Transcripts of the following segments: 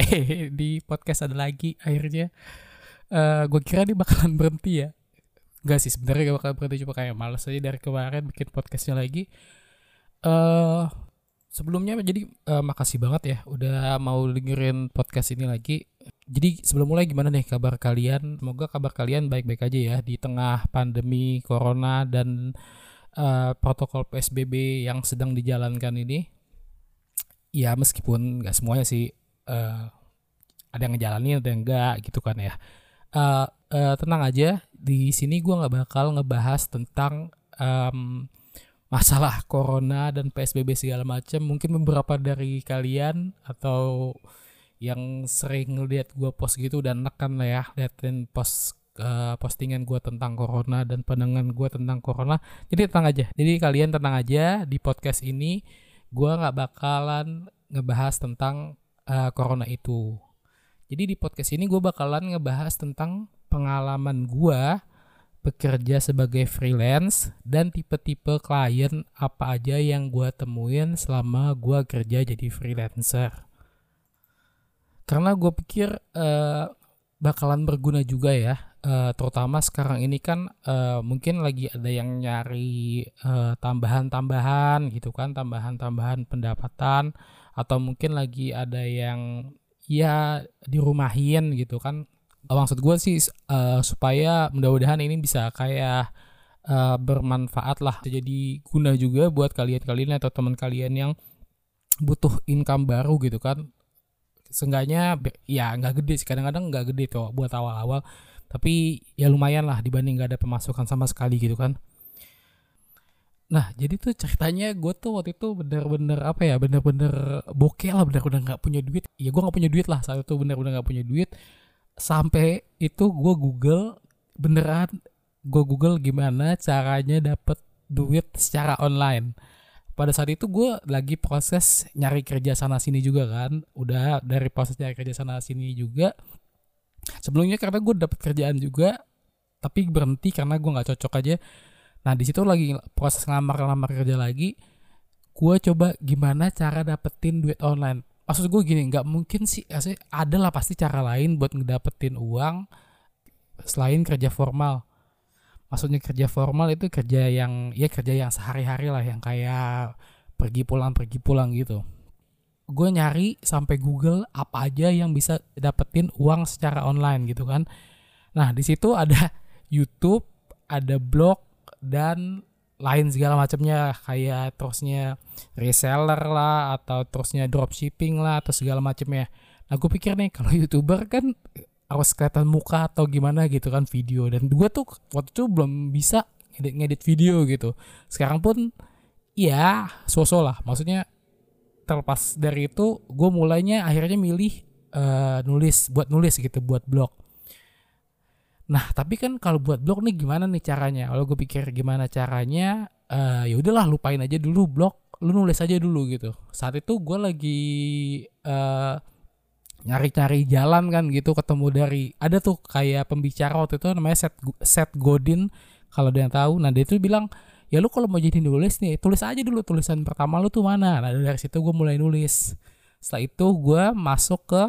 Di podcast ada lagi akhirnya. Gue kira dia bakalan berhenti ya. Enggak sih, sebenarnya gak bakal berhenti, cuma kayak males aja dari kemarin bikin podcastnya lagi. eh Sebelumnya jadi makasih banget ya udah mau dengerin podcast ini lagi. Jadi sebelum mulai, gimana nih kabar kalian? Semoga kabar kalian baik-baik aja ya di tengah pandemi corona dan protokol PSBB yang sedang dijalankan ini. Ya meskipun nggak semuanya sih, ada yang ngejalanin ada yang enggak gitu kan ya. Tenang aja, di sini gue nggak bakal ngebahas tentang masalah corona dan PSBB segala macam. Mungkin beberapa dari kalian atau yang sering lihat gue post gitu dan nekan lah ya, liatin postingan gue tentang corona dan pandangan gue tentang corona. Jadi tenang aja. Jadi kalian tenang aja, di podcast ini gue nggak bakalan ngebahas tentang corona itu. Jadi di podcast ini gue bakalan ngebahas tentang pengalaman gue bekerja sebagai freelance dan tipe-tipe klien apa aja yang gue temuin selama gue kerja jadi freelancer. Karena gue pikir bakalan berguna juga ya, terutama sekarang ini kan mungkin lagi ada yang nyari tambahan-tambahan gitu kan, tambahan-tambahan pendapatan, atau mungkin lagi ada yang ya dirumahin gitu kan. Maksud gue sih supaya mudah-mudahan ini bisa kayak bermanfaat lah, jadi guna juga buat kalian-kalian atau teman kalian yang butuh income baru gitu kan. Seenggaknya ya nggak gede sih, kadang-kadang nggak gede tuh buat awal-awal, tapi ya lumayan lah dibanding nggak ada pemasukan sama sekali gitu kan. Nah jadi tuh ceritanya gue tuh waktu itu bener-bener apa ya, bener-bener bokeh lah, bener-bener nggak punya duit. Ya gue nggak punya duit lah saat itu, bener-bener nggak punya duit. Sampai itu gue google gimana caranya dapet duit secara online. Pada saat itu gue lagi proses nyari kerja sana sini juga kan, udah dari proses nyari kerja sana sini juga. Sebelumnya karena gue dapet kerjaan juga tapi berhenti karena gue nggak cocok aja. Nah di situ lagi proses ngelamar kerja lagi, gue coba gimana cara dapetin duit online. Maksud gue gini, nggak mungkin sih, ada lah pasti cara lain buat ngedapetin uang selain kerja formal. Maksudnya kerja formal itu kerja yang sehari-hari lah, yang kayak pergi pulang gitu. Gue nyari sampai Google apa aja yang bisa dapetin uang secara online gitu kan. Nah di situ ada YouTube, ada blog, dan lain segala macamnya, kayak terusnya reseller lah atau terusnya dropshipping lah atau segala macamnya. Nah gue pikir nih, kalau YouTuber kan harus kelihatan muka atau gimana gitu kan, video, dan gue tuh waktu itu belum bisa ngedit video gitu. Sekarang pun ya so-so lah, maksudnya terlepas dari itu gue mulainya akhirnya milih nulis gitu, buat blog. Nah tapi kan kalau buat blog nih gimana nih caranya? Kalau gue pikir gimana caranya, ya udahlah lupain aja dulu blog, lu nulis aja dulu gitu. Saat itu gue lagi nyari-nyari jalan kan gitu, ketemu dari ada tuh kayak pembicara waktu itu namanya Seth Godin, kalau ada yang tahu. Nah dia tuh bilang, ya lu kalau mau jadi nulis nih, tulis aja dulu tulisan pertama lu tuh mana. Nah dari situ gue mulai nulis. Setelah itu gue masuk ke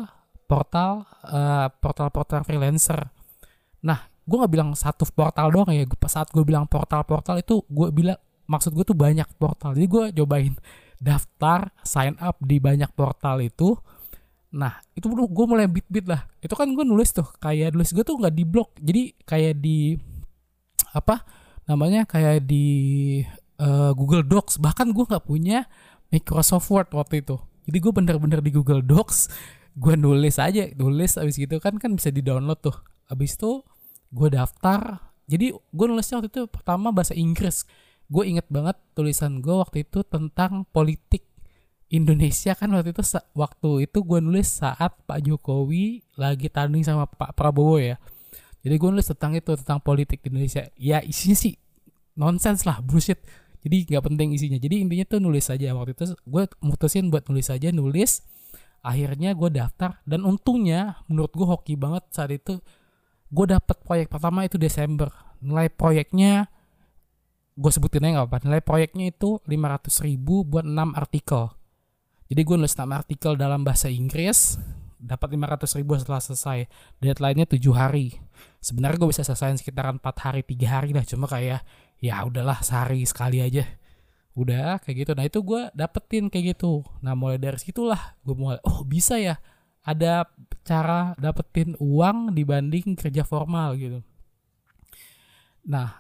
portal freelancer. Nah, gue nggak bilang satu portal doang ya. Saat gue bilang portal itu, gue bilang maksud gue tuh banyak portal. Jadi gue cobain daftar, sign up di banyak portal itu. Nah, itu gue mulai bit lah. Itu kan gue nulis tuh, kayak nulis gue tuh nggak di blog. Jadi kayak di apa namanya, kayak di Google Docs. Bahkan gue nggak punya Microsoft Word waktu itu. Jadi gue bener-bener di Google Docs. Gue nulis abis gitu kan bisa di download tuh. Abis itu gue daftar. Jadi gue nulisnya waktu itu pertama bahasa Inggris. Gue inget banget tulisan gue waktu itu tentang politik Indonesia kan. Waktu itu gue nulis saat Pak Jokowi lagi tanding sama Pak Prabowo ya. Jadi gue nulis tentang itu, tentang politik Indonesia. Ya isinya sih nonsense lah, bullshit. Jadi gak penting isinya. Jadi intinya tuh nulis aja. Waktu itu gue mutusin buat nulis aja, nulis. Akhirnya gue daftar, dan untungnya menurut gue hoki banget saat itu, gue dapet proyek pertama itu Desember. Nilai proyeknya, gue sebutin aja gak apa-apa, nilai proyeknya itu 500.000 buat 6 artikel. Jadi gue nulis 6 artikel dalam bahasa Inggris, dapat 500.000 setelah selesai. Deadline-nya 7 hari. Sebenarnya gue bisa selesaiin sekitaran 4 hari 3 hari lah, cuma kayak ya udahlah sehari sekali aja. Udah kayak gitu. Nah itu gue dapetin kayak gitu. Nah mulai dari situlah gue mulai, oh bisa ya ada cara dapetin uang dibanding kerja formal gitu. Nah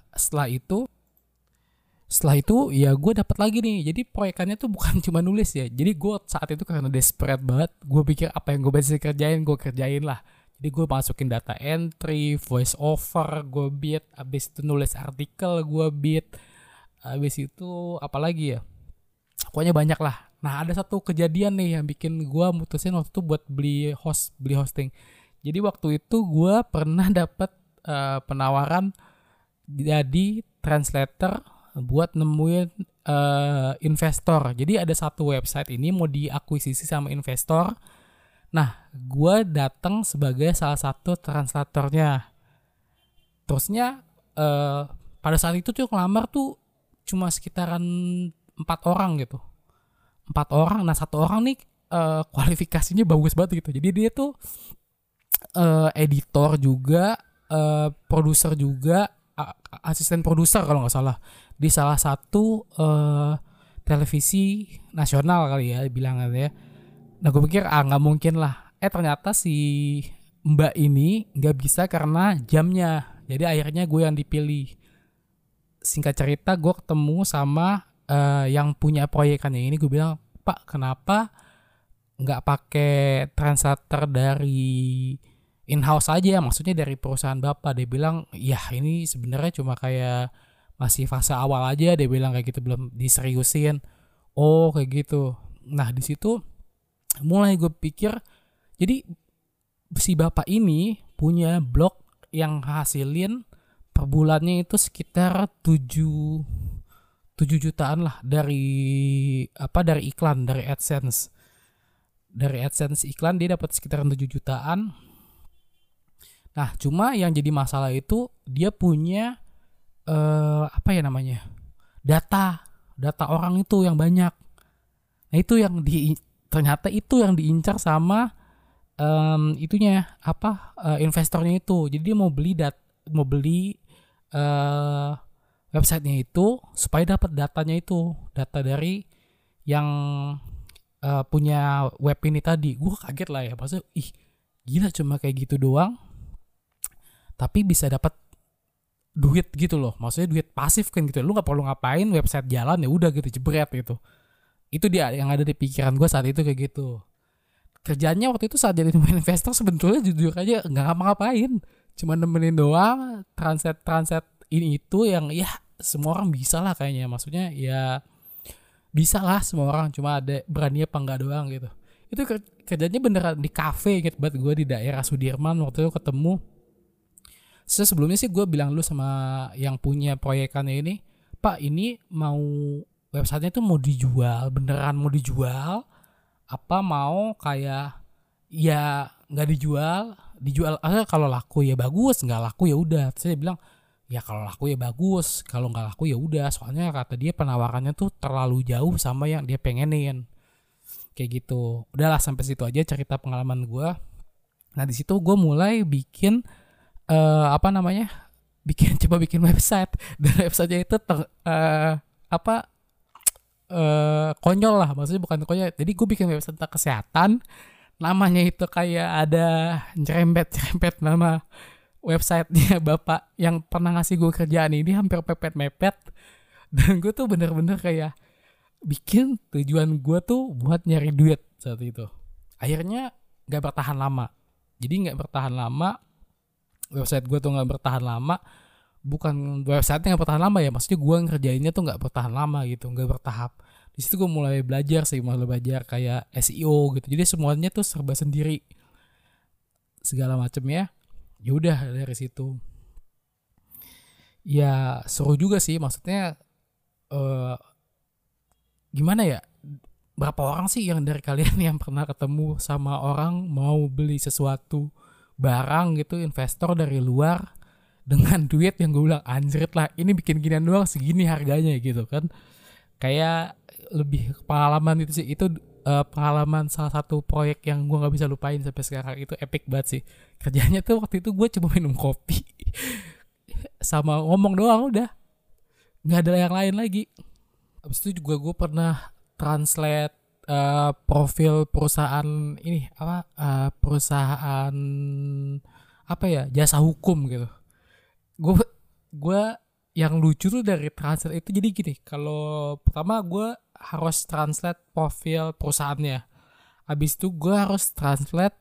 setelah itu ya gue dapat lagi nih. Jadi proyekannya tuh bukan cuma nulis ya. Jadi gue saat itu karena desperate banget, gue pikir apa yang gue bisa kerjain gue kerjain lah. Jadi gue masukin data entry, voice over, gue beat, abis itu nulis artikel, gue beat, abis itu apalagi ya, pokoknya banyak lah. Nah ada satu kejadian nih yang bikin gue mutusin waktu itu buat beli hosting. Jadi waktu itu gue pernah dapat penawaran jadi translator buat nemuin investor. Jadi ada satu website ini mau diakuisisi sama investor. Nah, gue datang sebagai salah satu translatornya. Terusnya pada saat itu tuh ngelamar tuh cuma sekitaran 4 orang gitu. 4 orang. Nah, satu orang nih kualifikasinya bagus banget gitu. Jadi dia tuh editor juga, produser juga, asisten produser kalau nggak salah di salah satu televisi nasional kali ya bilangnya ya. Nah gue pikir nggak mungkin lah. Ternyata si Mbak ini nggak bisa karena jamnya. Jadi akhirnya gue yang dipilih. Singkat cerita gue ketemu sama yang punya proyekannya ini. Gue bilang, Pak kenapa nggak pakai translator dari in-house aja, maksudnya dari perusahaan bapak. Dia bilang ya ini sebenarnya cuma kayak masih fase awal aja, dia bilang kayak gitu, belum diseriusin. Oh kayak gitu. Nah di situ mulai gue pikir, jadi si bapak ini punya blog yang hasilin per bulannya itu sekitar 7 jutaan lah dari iklan, dari AdSense. Dari AdSense iklan dia dapat sekitar 7 jutaan. Nah, cuma yang jadi masalah itu dia punya data orang itu yang banyak. Nah, itu yang ternyata itu yang diincar sama investornya itu. Jadi dia mau beli websitenya itu supaya dapat datanya itu, data dari yang punya web ini tadi. Gue kaget lah ya, maksudnya gila cuma kayak gitu doang tapi bisa dapat duit gitu loh, maksudnya duit pasif kan gitu. Lu nggak perlu ngapain, website jalan ya udah gitu, jebret gitu. Itu dia yang ada di pikiran gue saat itu kayak gitu. Kerjanya waktu itu saat jadi investor sebetulnya jujur aja nggak ngapa-ngapain, cuma nemenin doang, translate ini itu yang ya semua orang bisa lah kayaknya. Maksudnya ya bisa lah semua orang, cuma ada berani apa enggak doang gitu. Itu kerjanya beneran di kafe, inget banget gue di daerah Sudirman waktu itu ketemu. Sebelumnya sih gue bilang dulu sama yang punya proyekannya ini, Pak ini mau websitenya tuh mau dijual, beneran mau dijual apa mau kayak ya nggak dijual kalau laku ya bagus, nggak laku ya udah. Saya bilang ya kalau laku ya bagus, kalau nggak laku ya udah, soalnya kata dia penawarannya tuh terlalu jauh sama yang dia pengenin kayak gitu. Udahlah sampai situ aja cerita pengalaman gue. Nah di situ gue mulai bikin bikin website, dan websitenya itu konyol lah, maksudnya bukan konyol. Jadi gue bikin website tentang kesehatan, namanya itu kayak ada nyerempet nama websitenya bapak yang pernah ngasih gue kerjaan ini, hampir mepet. Dan gue tuh bener-bener kayak bikin tujuan gue tuh buat nyari duit saat itu. Akhirnya gak bertahan lama. Jadi gak bertahan lama, website gue tuh gak bertahan lama. Bukan website-nya gak bertahan lama ya, maksudnya gue ngerjainnya tuh gak bertahan lama gitu, gak bertahap. Di situ gue mulai belajar kayak SEO gitu. Jadi semuanya tuh serba sendiri, segala macem ya. Ya udah dari situ. Ya seru juga sih, maksudnya gimana ya? Berapa orang sih yang dari kalian yang pernah ketemu sama orang mau beli sesuatu barang gitu, investor dari luar dengan duit yang gue bilang anjrit lah, ini bikin ginian doang segini harganya gitu kan. Kayak lebih pengalaman itu sih, itu pengalaman salah satu proyek yang gue nggak bisa lupain sampai sekarang. Itu epic banget sih. Kerjanya tuh waktu itu gue cuma minum kopi sama ngomong doang, udah nggak ada yang lain lagi. Habis itu juga gue pernah translate profil perusahaan ini apa, perusahaan apa ya, jasa hukum gitu. Gue yang lucu tuh dari translate itu jadi gini, kalau pertama gue harus translate profil perusahaannya, habis itu gue harus translate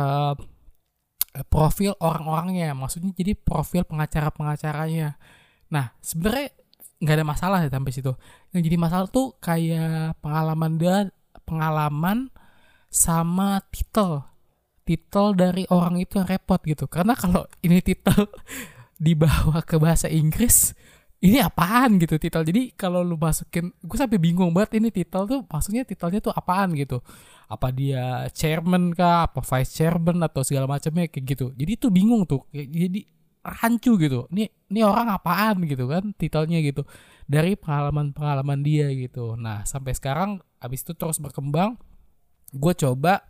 profil orang-orangnya, maksudnya jadi profil pengacara-pengacaranya. Nah sebenarnya nggak ada masalah ya sampai situ. Yang jadi masalah tuh kayak pengalaman sama titel dari orang itu yang repot gitu. Karena kalau ini titel dibawa ke bahasa Inggris, ini apaan gitu titel. Jadi kalau lu masukin, gue sampai bingung banget ini titel tuh maksudnya titelnya tuh apaan gitu. Apa dia chairman kah, apa vice chairman atau segala macamnya kayak gitu. Jadi tuh bingung tuh. Jadi rancu gitu. Ini orang apaan gitu kan titelnya gitu. Dari pengalaman-pengalaman dia gitu. Nah, sampai sekarang abis itu terus berkembang, gue coba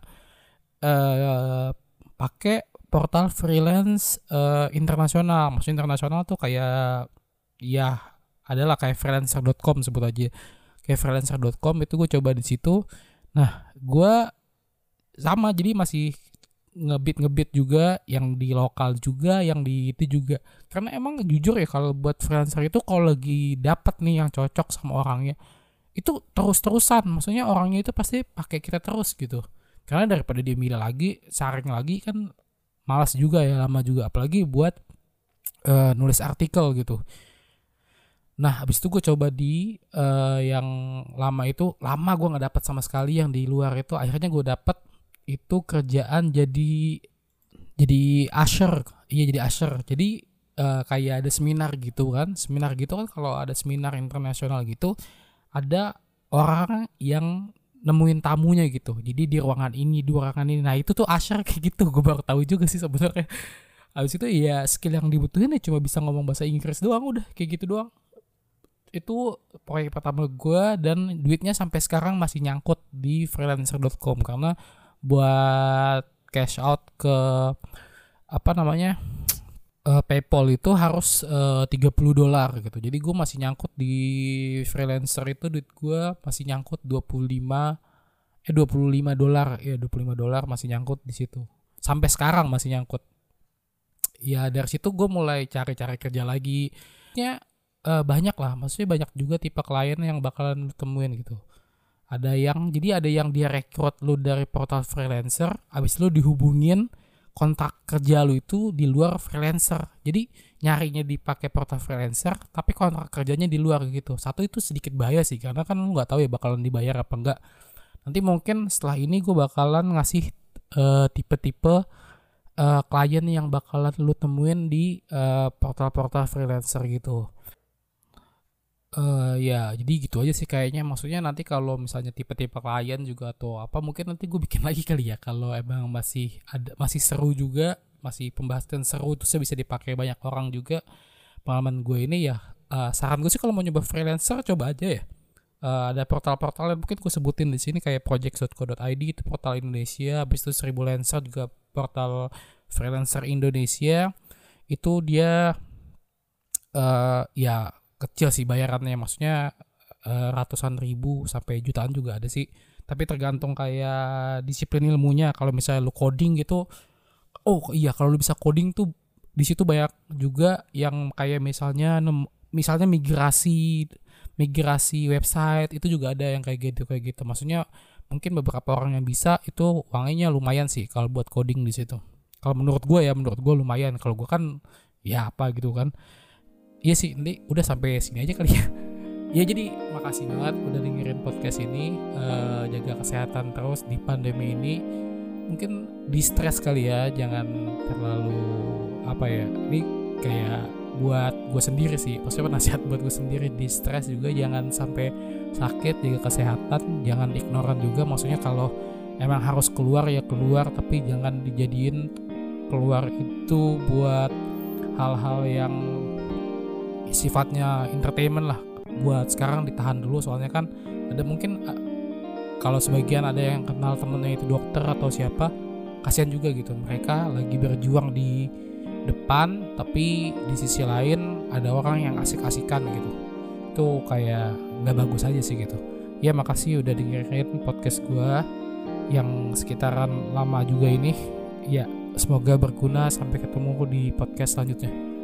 pakai portal freelance internasional. Maksudnya internasional tuh kayak ya adalah kayak freelancer.com sebut aja. Kayak freelancer.com itu gue coba di situ. Nah, gue sama jadi masih ngebit juga, yang di lokal juga, yang di itu juga. Karena emang jujur ya kalau buat freelancer itu kalau lagi dapat nih yang cocok sama orangnya, itu terus-terusan. Maksudnya orangnya itu pasti pakai kita terus gitu. Karena daripada dia milih lagi, saring lagi kan malas juga ya, lama juga, apalagi buat nulis artikel gitu. Nah habis itu gue coba di yang lama itu, lama gue nggak dapat sama sekali yang di luar itu. Akhirnya gue dapet itu kerjaan jadi usher. Iya jadi usher. Jadi kayak ada seminar gitu kan. Seminar gitu kan, kalau ada seminar internasional gitu, ada orang yang nemuin tamunya gitu. Jadi di ruangan ini, di ruangan ini. Nah itu tuh usher kayak gitu. Gue baru tahu juga sih sebenarnya. Habis itu ya skill yang dibutuhin ya cuma bisa ngomong bahasa Inggris doang, udah kayak gitu doang. Itu proyek pertama gue, dan duitnya sampai sekarang masih nyangkut di freelancer.com karena buat cash out ke apa namanya PayPal itu harus $30 gitu. Jadi gue masih nyangkut di freelancer itu, duit gue masih nyangkut $25 ya, $25 masih nyangkut di situ. Sampai sekarang masih nyangkut. Ya dari situ gue mulai cari-cari kerja lagi. Ya banyak lah, maksudnya banyak juga tipe klien yang bakalan lu temuin gitu. Ada yang dia rekrut lu dari portal freelancer, abis lu dihubungin kontrak kerja lu itu di luar freelancer. Jadi nyarinya dipakai portal freelancer, tapi kontrak kerjanya di luar gitu. Satu itu sedikit bahaya sih, karena kan lu nggak tahu ya bakalan dibayar apa enggak. Nanti mungkin setelah ini gue bakalan ngasih tipe-tipe klien yang bakalan lu temuin di portal-portal freelancer gitu. Ya jadi gitu aja sih kayaknya. Maksudnya nanti kalau misalnya tipe-tipe klien juga atau apa, mungkin nanti gue bikin lagi kali ya, kalau emang masih seru juga, masih pembahasan seru, terus bisa dipakai banyak orang juga pengalaman gue ini ya. Saran gue sih kalau mau nyoba freelancer coba aja ya. Ada portal-portal yang mungkin gue sebutin di sini kayak projects.co.id, itu portal Indonesia. Habis itu 1000 Lancer juga portal freelancer Indonesia. Itu dia ya kecil sih bayarannya, maksudnya ratusan ribu sampai jutaan juga ada sih, tapi tergantung kayak disiplin ilmunya. Kalau misalnya lu coding gitu, oh iya kalau lu bisa coding tuh di situ banyak juga yang kayak misalnya migrasi website, itu juga ada yang kayak gitu. Maksudnya mungkin beberapa orang yang bisa itu uangnya lumayan sih kalau buat coding di situ. Kalau menurut gue lumayan. Kalau gue kan ya apa gitu kan. Iya sih, nanti udah sampai sini aja kali ya. Ya jadi makasih banget udah dengerin podcast ini. Jaga kesehatan terus di pandemi ini. Mungkin di stres kali ya, jangan terlalu apa ya. Ini kayak buat gue sendiri sih, maksudnya nasihat buat gue sendiri. Di stres juga jangan sampai sakit, jaga kesehatan, jangan ignoran juga. Maksudnya kalau emang harus keluar ya keluar, tapi jangan dijadiin keluar itu buat hal-hal yang sifatnya entertainment lah. Buat sekarang ditahan dulu, soalnya kan ada mungkin kalau sebagian ada yang kenal temennya itu dokter atau siapa, kasihan juga gitu, mereka lagi berjuang di depan tapi di sisi lain ada orang yang asik-asikan gitu. Itu kayak nggak bagus aja sih gitu. Ya makasih udah dengerin podcast gua yang sekitaran lama juga ini. Ya semoga berguna, sampai ketemu di podcast selanjutnya.